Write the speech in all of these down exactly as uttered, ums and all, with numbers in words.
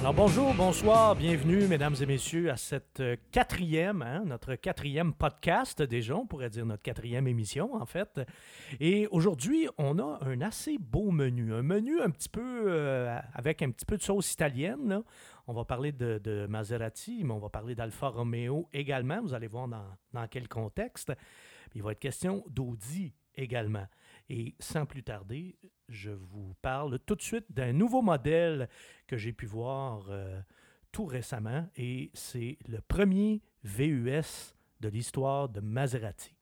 Alors bonjour, bonsoir, bienvenue mesdames et messieurs à cette quatrième, hein, notre quatrième podcast déjà, on pourrait dire notre quatrième émission en fait. Et aujourd'hui, on a un assez beau menu, un menu un petit peu euh, avec un petit peu de sauce italienne, là. On va parler de, de Maserati, mais on va parler d'Alfa Romeo également, vous allez voir dans, dans quel contexte. Puis il va être question d'Audi également. Et sans plus tarder, je vous parle tout de suite d'un nouveau modèle que j'ai pu voir euh, tout récemment et c'est le premier V U S de l'histoire de Maserati.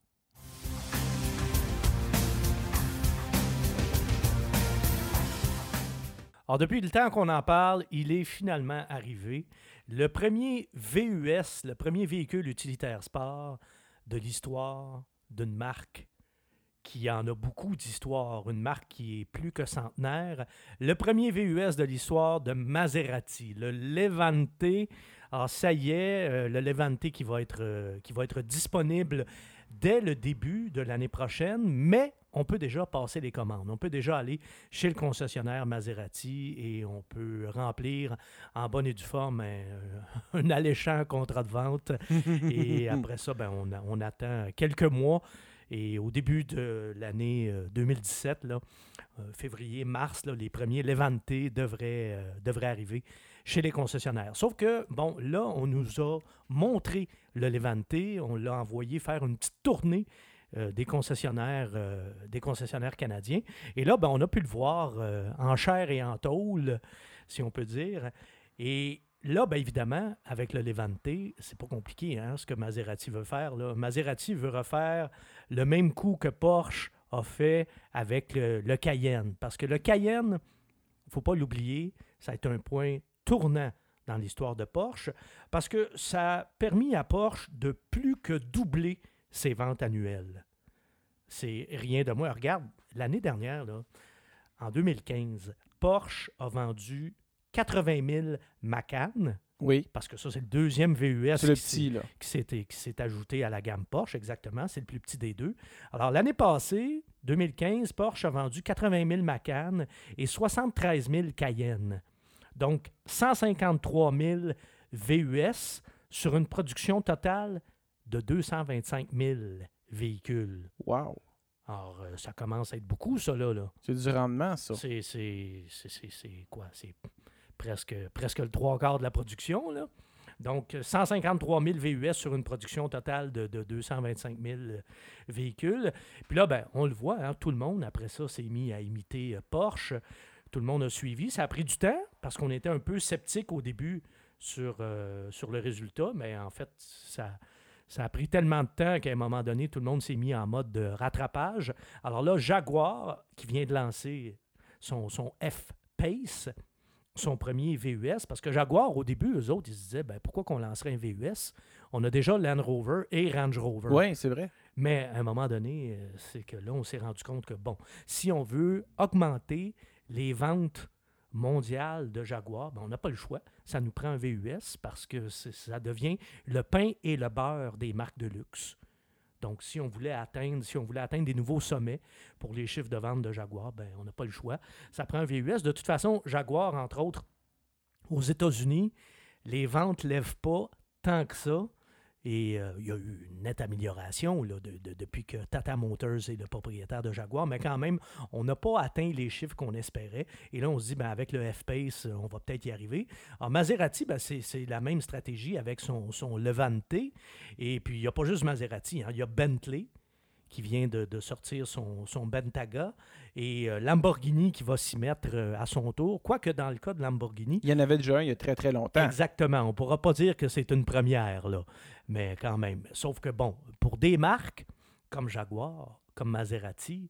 Alors, depuis le temps qu'on en parle, il est finalement arrivé. Le premier V U S, le premier véhicule utilitaire sport de l'histoire d'une marque qui en a beaucoup d'histoires, une marque qui est plus que centenaire. Le premier V U S de l'histoire de Maserati, le Levante. Alors ça y est, euh, le Levante qui va être, euh, qui va être disponible dès le début de l'année prochaine, mais on peut déjà passer les commandes. On peut déjà aller chez le concessionnaire Maserati et on peut remplir en bonne et due forme un, un alléchant contrat de vente. Et après ça, ben, on, a, on attend quelques mois. Et au début de l'année euh, deux mille dix-sept, là, euh, février, mars, là, les premiers Levante devraient, euh, devraient arriver chez les concessionnaires. Sauf que, bon, là, on nous a montré le Levante, on l'a envoyé faire une petite tournée euh, des concessionnaires euh, des concessionnaires canadiens. Et là, ben, on a pu le voir euh, en chair et en tôle, si on peut dire. Et là, bien évidemment, avec le Levante, c'est pas compliqué, hein, ce que Maserati veut faire, là. Maserati veut refaire le même coup que Porsche a fait avec le, le Cayenne. Parce que le Cayenne, il ne faut pas l'oublier, ça a été un point tournant dans l'histoire de Porsche, parce que ça a permis à Porsche de plus que doubler ses ventes annuelles. C'est rien de moins. Regarde, l'année dernière, là, en deux mille quinze, Porsche a vendu quatre-vingt mille Macan. Oui. Parce que ça, c'est le deuxième V U S c'est le qui, petit, s'est, là. Qui, s'est, qui s'est ajouté à la gamme Porsche, exactement. C'est le plus petit des deux. Alors, l'année passée, deux mille quinze, Porsche a vendu quatre-vingt mille Macan et soixante-treize mille Cayenne. Donc, cent cinquante-trois mille V U S sur une production totale de deux cent vingt-cinq mille véhicules. Wow. Alors, euh, ça commence à être beaucoup, ça, là. là. C'est du rendement, ça. C'est, c'est, c'est, c'est, c'est quoi? C'est presque, presque le trois quarts de la production, là. Donc, cent cinquante-trois mille V U S sur une production totale de, de deux cent vingt-cinq mille véhicules. Puis là, ben, on le voit, hein, tout le monde, après ça, s'est mis à imiter euh, Porsche. Tout le monde a suivi. Ça a pris du temps parce qu'on était un peu sceptique au début sur, euh, sur le résultat, mais en fait, ça... Ça a pris tellement de temps qu'à un moment donné, tout le monde s'est mis en mode de rattrapage. Alors là, Jaguar, qui vient de lancer son, son F-Pace, son premier V U S, parce que Jaguar, au début, eux autres, ils se disaient, ben, pourquoi qu'on lancerait un V U S? On a déjà Land Rover et Range Rover. Oui, c'est vrai. Mais à un moment donné, c'est que là, on s'est rendu compte que, bon, si on veut augmenter les ventes mondiale de Jaguar, ben on n'a pas le choix. Ça nous prend un V U S parce que ça devient le pain et le beurre des marques de luxe. Donc, si on voulait atteindre, si on voulait atteindre des nouveaux sommets pour les chiffres de vente de Jaguar, ben on n'a pas le choix. Ça prend un V U S. De toute façon, Jaguar, entre autres, aux États-Unis, les ventes ne lèvent pas tant que ça. Et euh, il y a eu une nette amélioration là, de, de, depuis que Tata Motors est le propriétaire de Jaguar, mais quand même, on n'a pas atteint les chiffres qu'on espérait. Et là, on se dit, ben, avec le F-Pace, on va peut-être y arriver. Alors, Maserati, ben, c'est, c'est la même stratégie avec son, son Levante. Et puis, il n'y a pas juste Maserati, hein, il y a Bentley qui vient de, de sortir son, son Bentayga, et euh, Lamborghini qui va s'y mettre euh, à son tour. Quoique dans le cas de Lamborghini... Il y en avait déjà un il y a très, très longtemps. Exactement. On ne pourra pas dire que c'est une première, là, mais quand même. Sauf que, bon, pour des marques comme Jaguar, comme Maserati,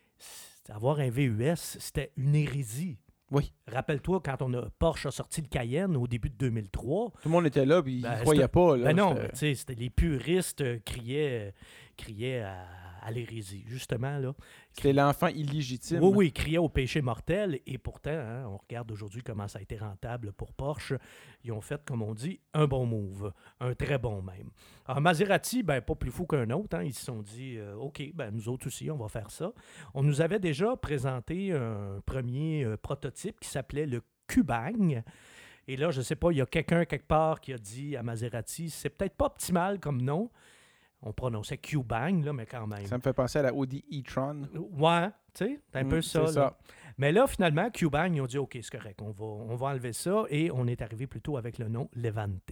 avoir un V U S, c'était une hérésie. Oui. Rappelle-toi, quand on a, Porsche a sorti le Cayenne au début de deux mille trois... Tout le monde était là, puis ben, ils ne croyaient pas. Là, ben non, c'était... tu sais, c'était les puristes euh, criaient, euh, criaient à, à l'hérésie, justement, là. C'était l'enfant illégitime. Oui, oui, criait au péché mortel. Et pourtant, hein, on regarde aujourd'hui comment ça a été rentable pour Porsche. Ils ont fait, comme on dit, un bon move. Un très bon même. Alors, Maserati, ben, pas plus fou qu'un autre. Hein, ils se sont dit, euh, OK, ben, nous autres aussi, on va faire ça. On nous avait déjà présenté un premier euh, prototype qui s'appelait le Cubagne. Et là, je ne sais pas, il y a quelqu'un quelque part qui a dit à Maserati, c'est peut-être pas optimal comme nom. On prononçait Q-Bang, là, mais quand même. Ça me fait penser à la Audi e-tron. Ouais, tu sais, c'est un Mm, peu ça, c'est là. ça. Mais là, finalement, Q-Bang, ils ont dit, OK, c'est correct, on va, on va enlever ça. Et on est arrivé plutôt avec le nom Levante.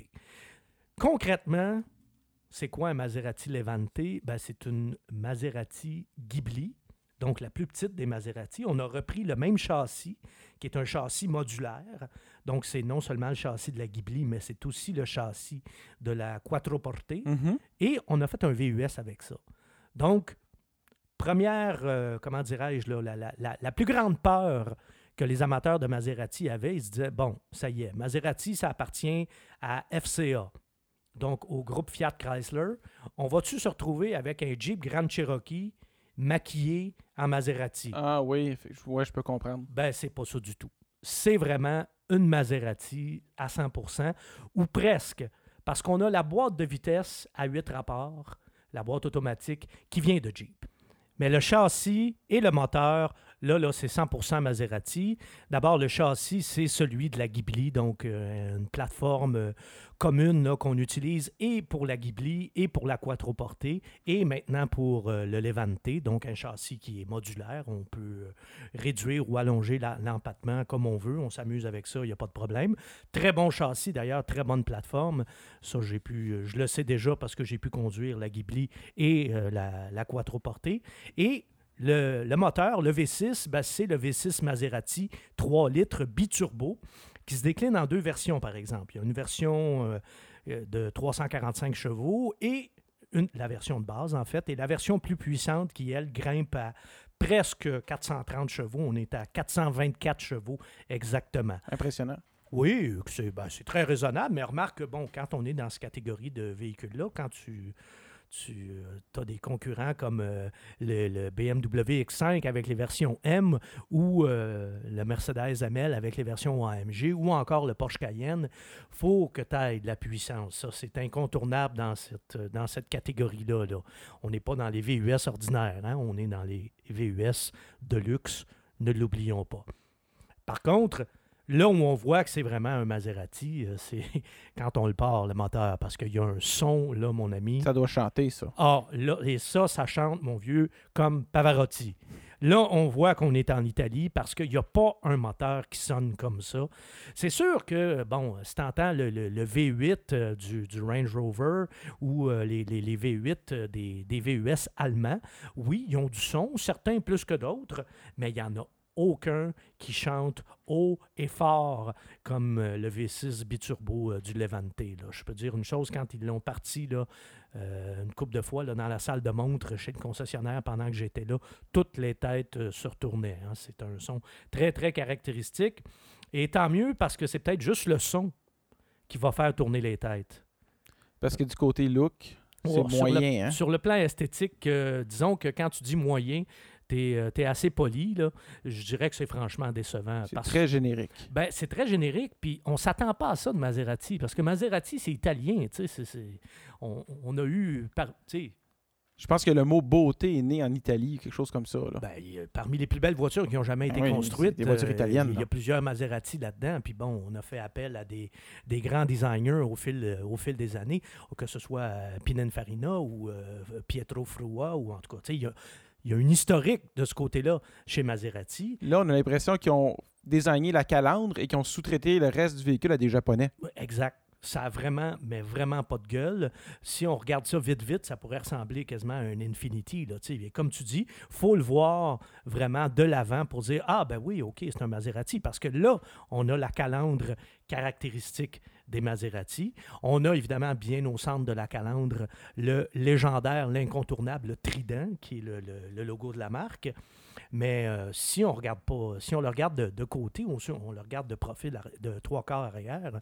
Concrètement, c'est quoi un Maserati Levante? Ben, c'est une Maserati Ghibli, donc la plus petite des Maserati. On a repris le même châssis, qui est un châssis modulaire. Donc, c'est non seulement le châssis de la Ghibli, mais c'est aussi le châssis de la Quattroporte. Mhm. Et on a fait un V U S avec ça. Donc, première, euh, comment dirais-je, là, la, la, la, la plus grande peur que les amateurs de Maserati avaient, ils se disaient, bon, ça y est, Maserati, ça appartient à F C A, donc au groupe Fiat Chrysler. On va-tu se retrouver avec un Jeep Grand Cherokee maquillé en Maserati? Ah oui, fait- ouais, je peux comprendre. Ben, c'est pas ça du tout. C'est vraiment une Maserati à cent pour cent, ou presque, parce qu'on a la boîte de vitesse à huit rapports, la boîte automatique, qui vient de Jeep. Mais le châssis et le moteur, là, là c'est cent pour cent Maserati. D'abord, le châssis, c'est celui de la Ghibli, donc euh, une plateforme euh, commune là, qu'on utilise et pour la Ghibli et pour la Quattroporte et maintenant pour euh, le Levante, donc un châssis qui est modulaire. On peut euh, réduire ou allonger la- l'empattement comme on veut. On s'amuse avec ça, il n'y a pas de problème. Très bon châssis d'ailleurs, très bonne plateforme. Ça, j'ai pu, euh, je le sais déjà parce que j'ai pu conduire la Ghibli et euh, la, la Quattroporte. Et le, le moteur, le V six, ben, c'est le V six Maserati trois litres biturbo qui se décline en deux versions, par exemple. Il y a une version euh, euh, de trois cent quarante-cinq chevaux et une, la version de base, en fait, et la version plus puissante qui, elle, grimpe à presque quatre cent trente chevaux. On est à quatre cent vingt-quatre chevaux exactement. Impressionnant. Oui, c'est ben, c'est très raisonnable, mais remarque que, bon, quand on est dans cette catégorie de véhicules-là, quand tu... Tu euh, as des concurrents comme euh, le, le B M W X cinq avec les versions M ou euh, le Mercedes M L avec les versions A M G ou encore le Porsche Cayenne. Il faut que tu aies de la puissance. Ça, c'est incontournable dans cette, dans cette catégorie-là. Là. On n'est pas dans les V U S ordinaires. Hein? On est dans les V U S de luxe. Ne l'oublions pas. Par contre, là où on voit que c'est vraiment un Maserati, euh, c'est quand on le part, le moteur, parce qu'il y a un son, là, mon ami. Ça doit chanter, ça. Ah, là, et ça, ça chante, mon vieux, comme Pavarotti. Là, on voit qu'on est en Italie parce qu'il n'y a pas un moteur qui sonne comme ça. C'est sûr que, bon, si tu entends le, le- le V huit euh, du, du Range Rover ou euh, les, les- les V huit euh, des, des V U S allemands, oui, ils ont du son, certains plus que d'autres, mais il y en a aucun qui chante haut et fort comme euh, le V six biturbo euh, du Levante. Là. Je peux dire une chose, quand ils l'ont parti là, euh, une couple de fois là, dans la salle de montre chez le concessionnaire pendant que j'étais là, toutes les têtes euh, se retournaient. Hein. C'est un son très, très caractéristique. Et tant mieux parce que c'est peut-être juste le son qui va faire tourner les têtes. Parce que du côté look, c'est Oh, sur le- moyen, hein? Sur le plan esthétique, euh, disons que quand tu dis moyen, t'es euh, t'es assez poli, là. Je dirais que c'est franchement décevant. C'est parce- très générique. Ben, c'est très générique, puis on s'attend pas à ça de Maserati, parce que Maserati, c'est italien, tu sais, c'est- c'est- on, on a eu, par, tu sais, Je pense que le mot beauté est né en Italie, quelque chose comme ça. Là. ben, il y a- parmi les plus belles voitures qui ont jamais été Oui, construites, c'est des voitures euh, italiennes, il y a là. plusieurs Maserati là-dedans, puis bon, on a fait appel à des, des grands designers au fil, euh, au fil des années, que ce soit euh, Pininfarina ou euh, Pietro Frua, ou en tout cas, tu sais, il y a, il y a une historique de ce côté-là chez Maserati. Là, on a l'impression qu'ils ont désigné la calandre et qu'ils ont sous-traité le reste du véhicule à des Japonais. Ouais, exact. Ça a vraiment, mais vraiment pas de gueule. Si on regarde ça vite, vite, ça pourrait ressembler quasiment à un Infinity. Là, tu sais. Comme tu dis, il faut le voir vraiment de l'avant pour dire « Ah, ben oui, OK, c'est un Maserati. » Parce que là, on a la calandre caractéristique des Maserati. On a évidemment bien au centre de la calandre le légendaire, l'incontournable, le trident, qui est le, le- le logo de la marque. Mais euh, si on regarde pas, si on le regarde de, de côté ou si on le regarde de profil, arri- de trois quarts arrière,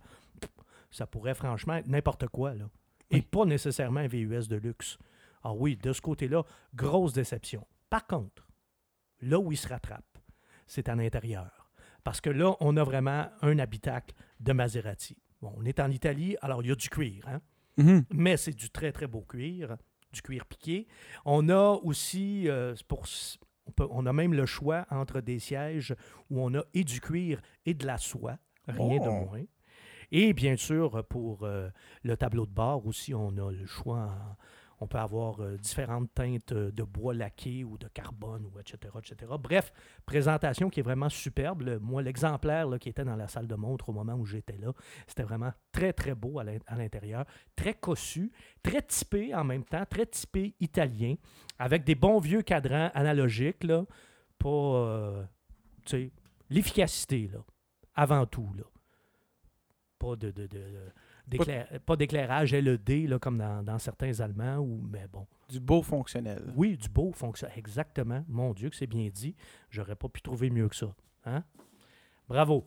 ça pourrait franchement être n'importe quoi, là. Et Oui. pas nécessairement un V U S de luxe. Ah oui, de ce côté-là, grosse déception. Par contre, là où il se rattrape, c'est à l'intérieur. Parce que là, on a vraiment un habitacle de Maserati. Bon, on est en Italie, alors il y a du cuir, hein? Mhm. Mais c'est du très, très beau cuir, du cuir piqué. On a aussi, euh, pour, on, peut- on a même le choix entre des sièges où on a et du cuir et de la soie, rien de Oh. moins. Et bien sûr, pour euh, le tableau de bord aussi, on a le choix. En- on peut avoir euh, différentes teintes euh, de bois laqué ou de carbone, ou et cetera, et cetera. Bref, présentation qui est vraiment superbe. Le- moi, l'exemplaire là, qui était dans la salle de montre au moment où j'étais là, c'était vraiment très, très beau à l'in- à l'intérieur. Très cossu, très typé en même temps, très typé italien, avec des bons vieux cadrans analogiques, là, pas, euh, tu sais, l'efficacité, là, avant tout, là. Pas de, de, de- de- d'éclair- pas d'éclairage L E D, là, comme dans, dans certains Allemands, ou, mais bon. Du beau fonctionnel. Oui, du beau fonction. Exactement. Mon Dieu, que c'est bien dit. J'aurais pas pu trouver mieux que ça. Hein? Bravo.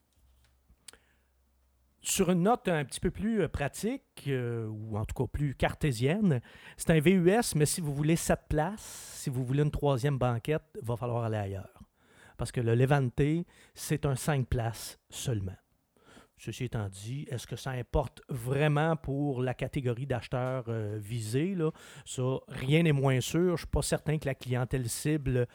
Sur une note un petit peu plus euh, pratique, euh, ou en tout cas plus cartésienne, c'est un V U S, mais si vous voulez sept places, si vous voulez une troisième banquette, il va falloir aller ailleurs. Parce que le Levante, c'est un cinq places seulement. Ceci étant dit, est-ce que ça importe vraiment pour la catégorie d'acheteurs euh, visés? Là? Ça, rien n'est moins sûr. Je ne suis pas certain que la clientèle cible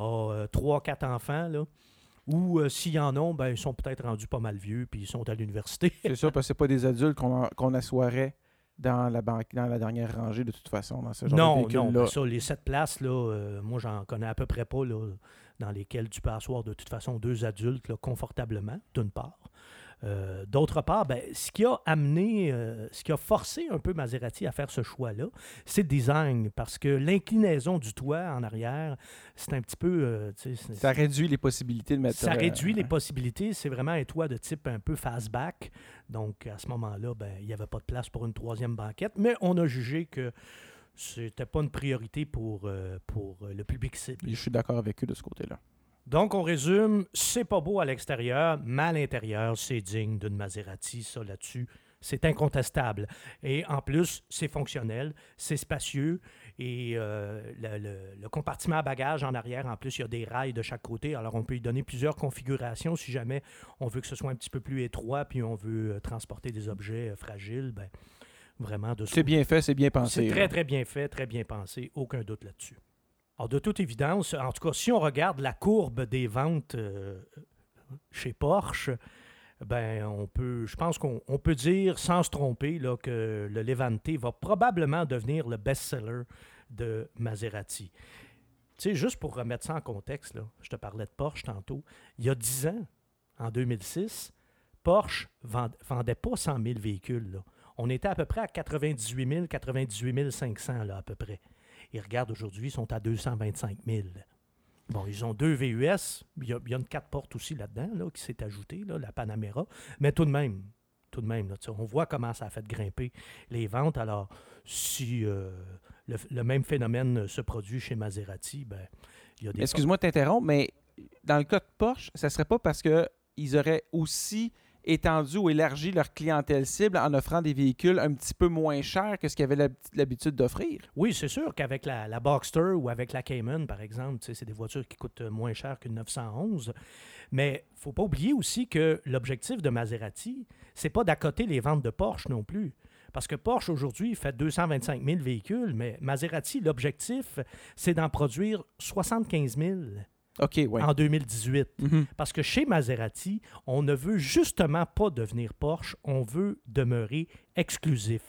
a trois quatre enfants. Là. Ou euh, s'ils en ont, ben, ils sont peut-être rendus pas mal vieux puis ils sont à l'université. C'est ça, parce que c'est pas des adultes qu'on qu'on assoirait dans la banque, dans la dernière rangée de toute façon, dans ce genre de Non, non, véhicule-là. ben ça, les sept places, là, euh, moi, j'en connais à peu près pas, là, dans lesquelles tu peux asseoir de toute façon deux adultes là, confortablement, d'une part. Euh, d'autre part, ben, ce qui a amené, euh, ce qui a forcé un peu Maserati à faire ce choix-là, c'est le design, parce que l'inclinaison du toit en arrière, c'est un petit peu... euh, tu sais, c'est- Ça réduit les possibilités de mettre... ça euh, réduit les hein. possibilités. C'est vraiment un toit de type un peu fastback. Donc, à ce moment-là, ben, il n'y avait pas de place pour une troisième banquette. Mais on a jugé que c'était pas une priorité pour, euh, pour euh, le public cible. Je suis d'accord avec eux de ce côté-là. Donc, on résume, c'est pas beau à l'extérieur, mais à l'intérieur, c'est digne d'une Maserati. Ça, là-dessus, c'est incontestable. Et en plus, c'est fonctionnel, c'est spacieux. Et euh, le, le- le compartiment à bagages en arrière, en plus, il y a des rails de chaque côté. Alors, on peut y donner plusieurs configurations si jamais on veut que ce soit un petit peu plus étroit puis on veut euh, transporter des objets euh, fragiles. Ben, vraiment, de ce C'est bien fait, c'est bien pensé. c'est très, là. très bien fait, très bien pensé. Aucun doute là-dessus. Alors, de toute évidence, en tout cas, si on regarde la courbe des ventes euh, chez Porsche, ben, on peut, je pense qu'on on peut dire, sans se tromper, là, que le Levante va probablement devenir le best-seller de Maserati. Tu sais, juste pour remettre ça en contexte, là, je te parlais de Porsche tantôt. Il y a dix ans, en deux mille six, Porsche vend- vendait pas cent mille véhicules. Là. On était à peu près à quatre-vingt-dix-huit mille, quatre-vingt-dix-huit mille cinq cents là, à peu près. Et regarde, aujourd'hui, ils sont à deux cent vingt-cinq mille. Bon, ils ont deux V U S. Il y a, il y a une quatre portes aussi là-dedans là, qui s'est ajoutée, là, la Panamera. Mais tout de même, tout de même, là, tu sais, on voit comment ça a fait grimper les ventes. Alors, si euh, le, le même phénomène se produit chez Maserati, ben, il y a des... Excuse-moi de t'interrompre, mais dans le cas de Porsche, ça serait pas parce qu'ils auraient aussi étendu ou élargi leur clientèle cible en offrant des véhicules un petit peu moins chers que ce qu'ils avaient l'hab- l'habitude d'offrir? Oui, c'est sûr qu'avec la, la Boxster ou avec la Cayman, par exemple, tu sais, c'est des voitures qui coûtent moins cher qu'une neuf cent onze. Mais il ne faut pas oublier aussi que l'objectif de Maserati, c'est pas d'accoter les ventes de Porsche non plus. Parce que Porsche, aujourd'hui, fait deux cent vingt-cinq mille véhicules, mais Maserati, l'objectif, c'est d'en produire soixante-quinze mille OK, oui. en deux mille dix-huit. Mhm. Parce que chez Maserati, on ne veut justement pas devenir Porsche, on veut demeurer exclusif.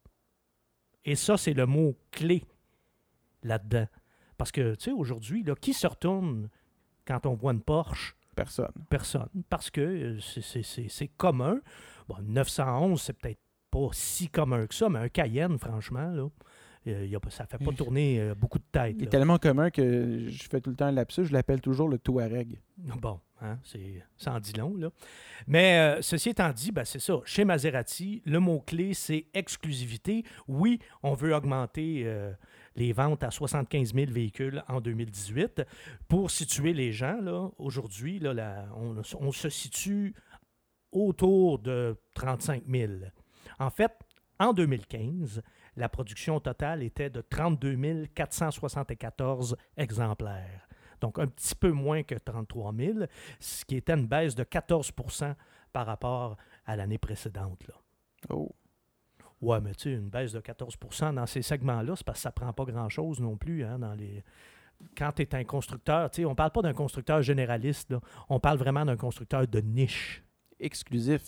Et ça, c'est le mot clé là-dedans. Parce que, tu sais, aujourd'hui, là, qui se retourne quand on voit une Porsche? Personne. Personne. Parce que euh, c'est- c'est c'est- c'est commun. Bon, neuf cent onze, c'est peut-être pas si commun que ça, mais un Cayenne, franchement, là, euh, y a pas- ça fait pas tourner euh, beaucoup de têtes. Il est là. tellement commun que je fais tout le temps un lapsus, je l'appelle toujours le Touareg. Bon, hein, c'est, ça en dit long, là. Mais euh, ceci étant dit, ben, c'est ça. Chez Maserati, le mot-clé, c'est exclusivité. Oui, on veut augmenter euh, les ventes à soixante-quinze mille véhicules en deux mille dix-huit. Pour situer les gens, là, aujourd'hui, là, la- on, on se situe autour de trente-cinq mille. En fait, en deux mille quinze, la production totale était de trente-deux mille quatre cent soixante-quatorze exemplaires. Donc, un petit peu moins que trente-trois mille, ce qui était une baisse de quatorze pour cent par rapport à l'année précédente. Là. Oh. Ouais, mais tu sais, une baisse de quatorze pour cent dans ces segments-là, c'est parce que ça ne prend pas grand-chose non plus. Hein, dans les... Quand tu es un constructeur, tu sais, on ne parle pas d'un constructeur généraliste, là, on parle vraiment d'un constructeur de niche. Exclusif.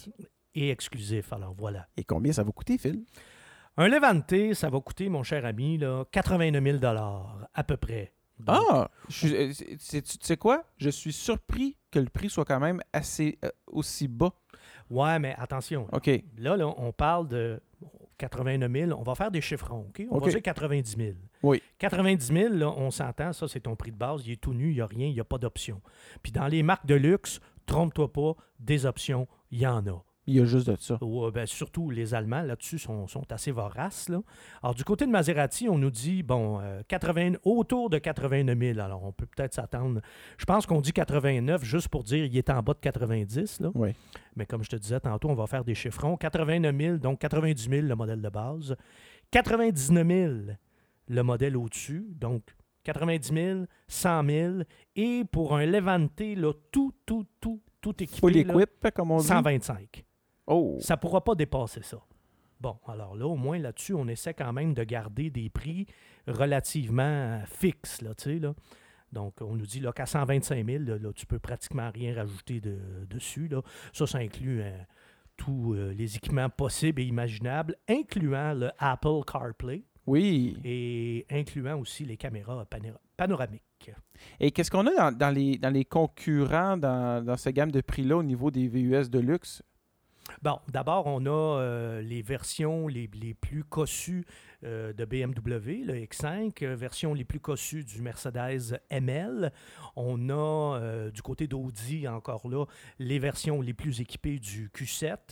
et exclusif. Alors voilà. Et combien ça va coûter, Phil? Un Levante, ça va coûter, mon cher ami, là, quatre-vingt-neuf mille dollars à peu près. Donc, Ah! Je suis- euh, c'est- c'est- Tu sais quoi? Je suis surpris que le prix soit quand même assez euh, aussi bas. ouais, mais attention. Là, OK. là, là, on parle de quatre-vingt-neuf mille. On va faire des chiffrons, OK? On OK. va dire quatre-vingt-dix mille. Oui. quatre-vingt-dix mille, là, on s'entend, ça, c'est ton prix de base. Il est tout nu, il n'y a rien, il n'y a pas d'option. Puis dans les marques de luxe, trompe-toi pas, des options, il y en a. Il y a juste de ça. Ouais, ben, surtout les Allemands, là-dessus, sont, sont assez voraces. Là. Alors, du côté de Maserati, on nous dit, bon, euh, quatre-vingts, autour de quatre-vingt-neuf mille. Alors, on peut peut-être s'attendre. Je pense qu'on dit quatre-vingt-neuf juste pour dire qu'il est en bas de quatre-vingt-dix. Là. Oui. Mais comme je te disais tantôt, on va faire des chiffrons. quatre-vingt-neuf mille, donc quatre-vingt-dix mille le modèle de base. quatre-vingt-dix-neuf mille le modèle au-dessus. Donc, quatre-vingt-dix mille, cent mille. Et pour un Levante, là, tout, tout, tout, tout équipé, Full là, equip, comme on dit. cent vingt-cinq. Oh! Ça ne pourra pas dépasser ça. Bon, alors là, au moins là-dessus, on essaie quand même de garder des prix relativement fixes, là, tu sais, là. Donc, on nous dit là, qu'à cent vingt-cinq mille, là, là, tu peux pratiquement rien rajouter de, dessus. Là. Ça, ça inclut euh, tous euh, les équipements possibles et imaginables, incluant le Apple CarPlay Oui. et incluant aussi les caméras panéra- panoramiques. Et qu'est-ce qu'on a dans, dans les, dans les concurrents dans, dans cette gamme de prix-là au niveau des V U S de luxe? Bon, d'abord, on a euh, les versions les, les plus cossues euh, de B M W, le X cinq, euh, versions les plus cossues du Mercedes M L. On a, euh, du côté d'Audi, encore là, les versions les plus équipées du Q sept.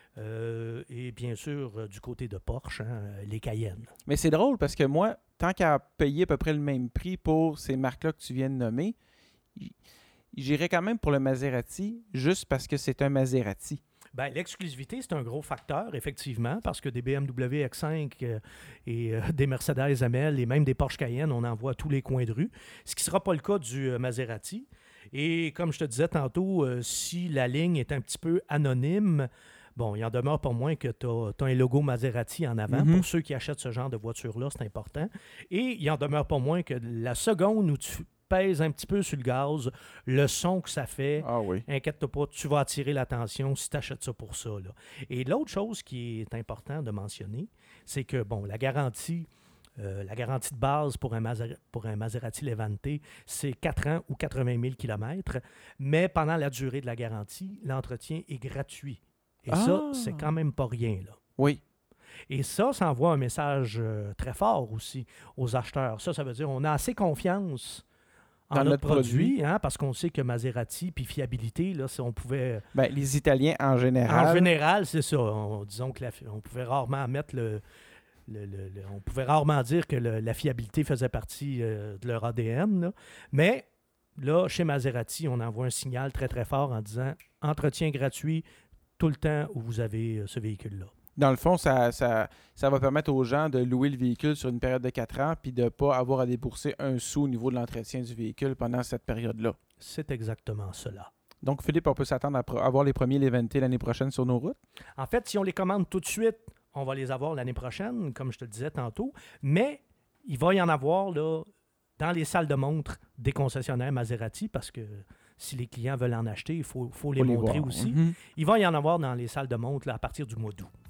Euh, et bien sûr, euh, du côté de Porsche, hein, les Cayenne. Mais c'est drôle parce que moi, tant qu'à payer à peu près le même prix pour ces marques-là que tu viens de nommer, j- j'irais quand même pour le Maserati juste parce que c'est un Maserati. Ben, l'exclusivité, c'est un gros facteur, effectivement, parce que des B M W X cinq euh, et euh, des Mercedes M L et même des Porsche Cayenne, on en voit à tous les coins de rue, ce qui ne sera pas le cas du euh, Maserati. Et comme je te disais tantôt, euh, si la ligne est un petit peu anonyme, bon, il en demeure pas moins que tu as un logo Maserati en avant. Mhm. Pour ceux qui achètent ce genre de voiture-là, c'est important. Et il en demeure pas moins que la seconde où tu pèses un petit peu sur le gaz, le son que ça fait, Ah oui. inquiète-toi pas, tu vas attirer l'attention si tu achètes ça pour ça. Là. Et l'autre chose qui est important de mentionner, c'est que, bon, la garantie, euh, la garantie de base pour un, Maser- pour un Maserati Levante, c'est quatre ans ou quatre-vingt mille kilomètres, mais pendant la durée de la garantie, l'entretien est gratuit. Et Ah! ça, c'est quand même pas rien, là. Oui. Et ça, ça envoie un message euh, très fort aussi aux acheteurs. Ça, ça veut dire qu'on a assez confiance en Dans notre, notre produit, produit. hein, parce qu'on sait que Maserati puis fiabilité, là, si on pouvait... Ben, les Italiens en général. En général, c'est ça. On- disons que la fi- on pouvait rarement mettre le... le- le- le- on pouvait rarement dire que le- la fiabilité faisait partie euh, de leur A D N. Là. Mais là, chez Maserati, on envoie un signal très, très fort en disant « Entretien gratuit tout le temps où vous avez euh, ce véhicule-là ». Dans le fond, ça, ça, ça va permettre aux gens de louer le véhicule sur une période de quatre ans puis de ne pas avoir à débourser un sou au niveau de l'entretien du véhicule pendant cette période-là. C'est exactement cela. Donc, Philippe, on peut s'attendre à pro- avoir les premiers Levante l'année prochaine sur nos routes? En fait, si on les commande tout de suite, on va les avoir l'année prochaine, comme je te le disais tantôt. Mais il va y en avoir là, dans les salles de montre des concessionnaires Maserati parce que si les clients veulent en acheter, il faut, faut les Faut les montrer voir. aussi. Mhm. Il va y en avoir dans les salles de montre là, à partir du mois d'août.